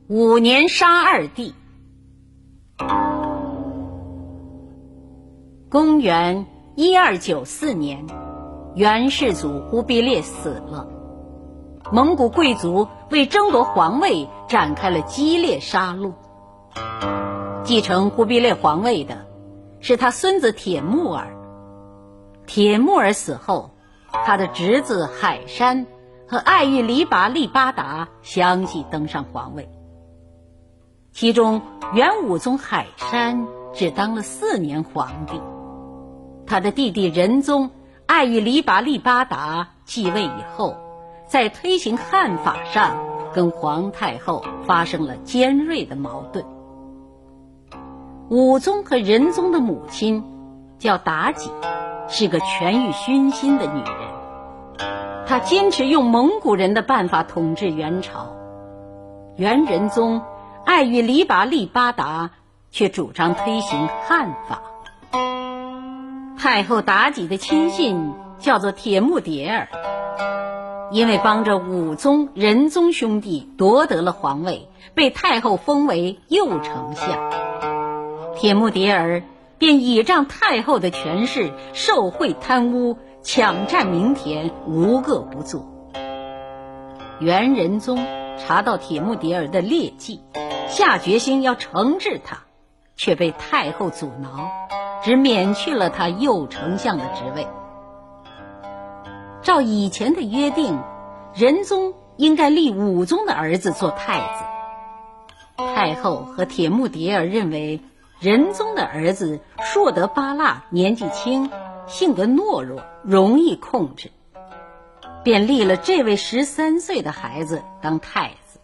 5年杀二弟。公元1294年，元世祖忽必烈死了，蒙古贵族为争夺皇位展开了激烈杀戮。继承忽必烈皇位的是他孙子铁木儿。铁木儿死后，他的侄子海山和爱玉黎拔力巴达相继登上皇位。其中元武宗海山只当了4年皇帝，他的弟弟仁宗爱玉黎拔力巴达继位以后，在推行汉法上跟皇太后发生了尖锐的矛盾。武宗和仁宗的母亲叫妲己，是个权欲熏心的女人，她坚持用蒙古人的办法统治元朝。元仁宗爱玉黎拔力巴达却主张推行汉法。太后妲己的亲信叫做铁木迭儿，因为帮着武宗、仁宗兄弟夺得了皇位，被太后封为右丞相。铁木迭儿便倚仗太后的权势，受贿贪污，抢占民田，无恶不作。元仁宗查到铁木迭儿的劣迹，下决心要惩治他，却被太后阻挠，只免去了他右丞相的职位。照以前的约定，仁宗应该立武宗的儿子做太子。太后和铁木迭儿认为仁宗的儿子硕德巴剌年纪轻，性格懦弱，容易控制，便立了这位13岁的孩子当太子。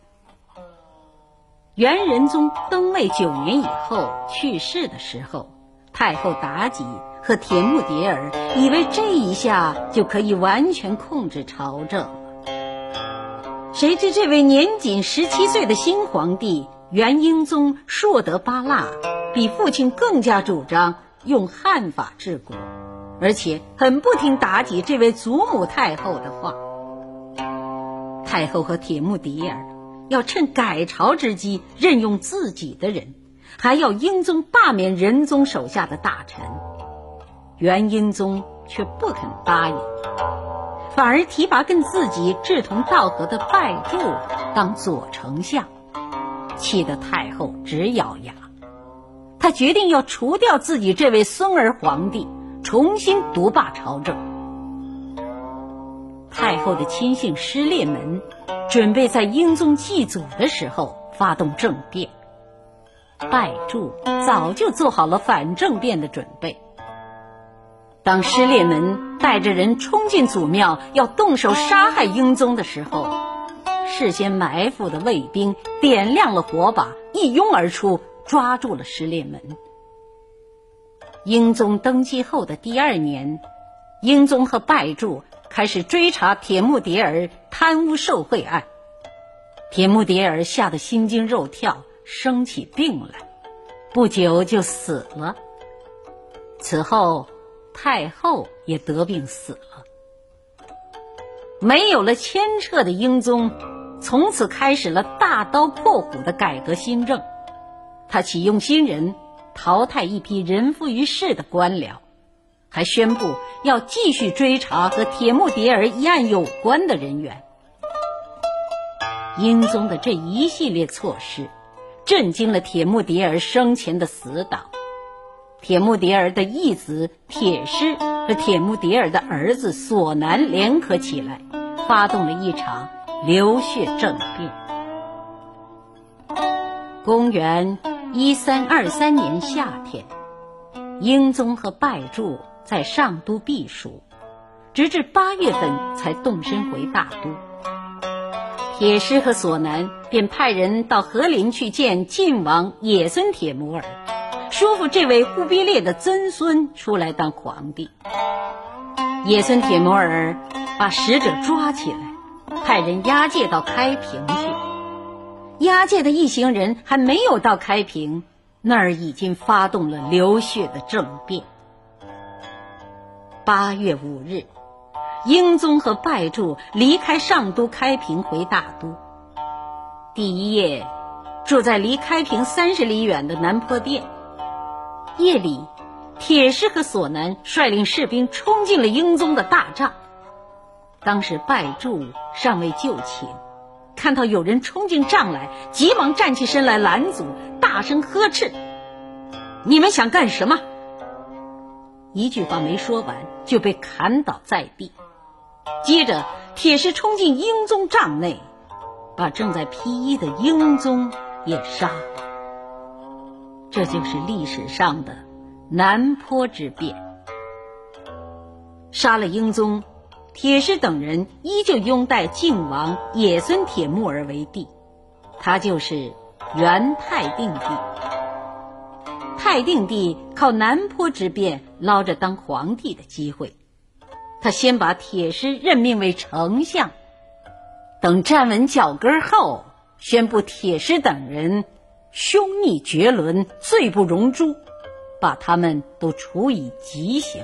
元仁宗登位9年以后去世的时候，太后妲己和铁木迭儿以为这一下就可以完全控制朝政了。谁知这位年仅17岁的新皇帝元英宗硕德巴剌比父亲更加主张用汉法治国，而且很不听妲己这位祖母太后的话。太后和铁木迭儿要趁改朝之机任用自己的人，还要英宗罢免仁宗手下的大臣。元英宗却不肯答应，反而提拔跟自己志同道合的拜柱当左丞相，气得太后直咬牙。他决定要除掉自己这位孙儿皇帝，重新独霸朝政。太后的亲信失烈门准备在英宗祭祖的时候发动政变，拜柱早就做好了反政变的准备。当失烈门带着人冲进祖庙要动手杀害英宗的时候，事先埋伏的卫兵点亮了火把，一拥而出，抓住了失烈门。英宗登基后的第2年，英宗和拜柱开始追查铁木迭儿贪污受贿案。铁木迭儿吓得心惊肉跳，生起病来，不久就死了。此后太后也得病死了。没有了牵扯的英宗从此开始了大刀阔斧的改革新政。他启用新人，淘汰一批人浮于事的官僚，还宣布要继续追查和铁木迭儿一案有关的人员。英宗的这一系列措施震惊了铁木迭儿生前的死党。铁木迭儿的义子铁师和铁木迭儿的儿子索南联合起来，发动了一场流血政变。公元1323年夏天，英宗和拜柱在上都避暑，直至8月份才动身回大都。铁师和索南便派人到和林去见晋王也孙铁木儿，说服这位忽必烈的曾孙出来当皇帝。也孙铁木儿把使者抓起来，派人押解到开平去。押解的一行人还没有到开平，那儿已经发动了流血的政变。8月5日，英宗和拜柱离开上都开平回大都。第一夜， 住在离开平30里远的南坡店。夜里，铁狮和索南率领士兵冲进了英宗的大帐。当时拜柱尚未就寝，看到有人冲进帐来，急忙站起身来拦阻，大声呵斥：“你们想干什么？”一句话没说完，就被砍倒在地。接着铁狮冲进英宗帐内，把正在披衣的英宗也杀了。这就是历史上的南坡之变。杀了英宗，铁狮等人依旧拥戴靖王也孙铁木儿为帝，他就是元泰定帝。泰定帝靠南坡之变捞着当皇帝的机会，他先把铁狮任命为丞相，等站稳脚跟后，宣布铁狮等人凶逆绝伦，罪不容诛，把他们都处以极刑。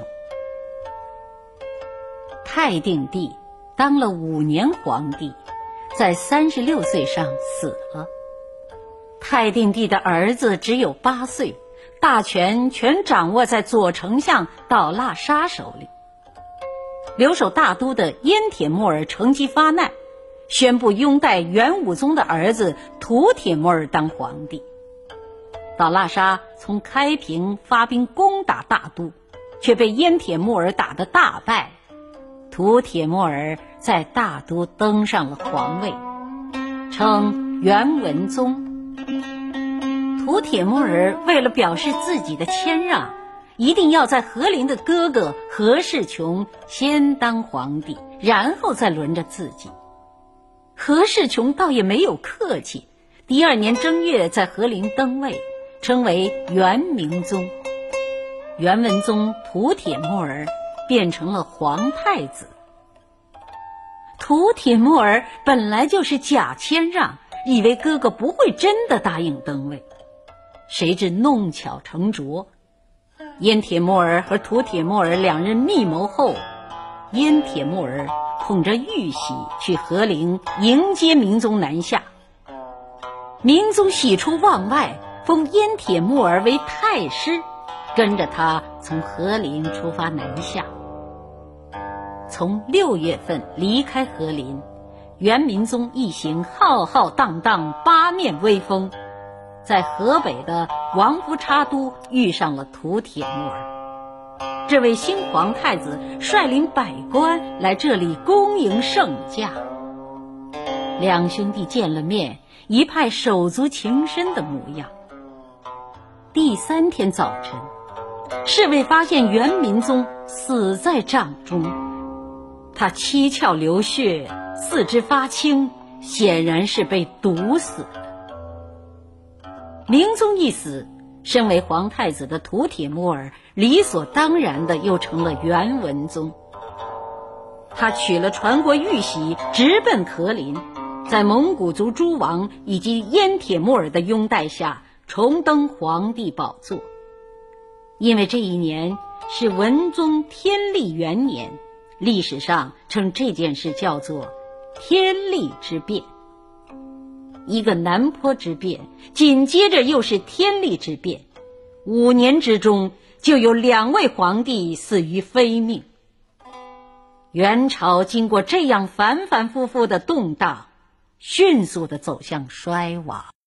泰定帝当了5年皇帝，在36岁上死了。泰定帝的儿子只有8岁，大权全掌握在左丞相岛剌沙手里。留守大都的燕铁木儿乘机发难，宣布拥戴元武宗的儿子土铁木儿当皇帝。岛剌沙从开平发兵攻打大都，却被燕铁木儿打得大败。土铁木儿在大都登上了皇位，称元文宗。土铁木儿为了表示自己的谦让，一定要在和林的哥哥和世琼先当皇帝，然后再轮着自己。和世琼倒也没有客气，第2年正月在和林登位，称为元明宗。元文宗土铁木儿变成了皇太子。土铁木儿本来就是假谦让，以为哥哥不会真的答应登位，谁知弄巧成拙。燕铁木儿和土铁木儿2人密谋后，燕铁木儿捧着玉玺去和陵迎接明宗南下。明宗喜出望外，封燕铁木儿为太师，跟着他从和林出发南下。从6月份离开和林，元明宗一行浩浩荡荡，8面威风，在河北的王府插都遇上了土铁木儿。这位新皇太子率领百官来这里恭迎圣驾。2兄弟见了面，一派手足情深的模样。第3天早晨，侍卫发现元明宗死在帐中，他七窍流血，四肢发青，显然是被毒死的。明宗一死，身为皇太子的土铁木儿理所当然的又成了元文宗。他取了传国玉玺，直奔和林，在蒙古族诸王以及燕铁木儿的拥戴下重登皇帝宝座。因为这一年是文宗天历元年，历史上称这件事叫做天历之变。一个南坡之变，紧接着又是天历之变，5年之中就有2位皇帝死于非命。元朝经过这样反反复复的动荡，迅速地走向衰亡。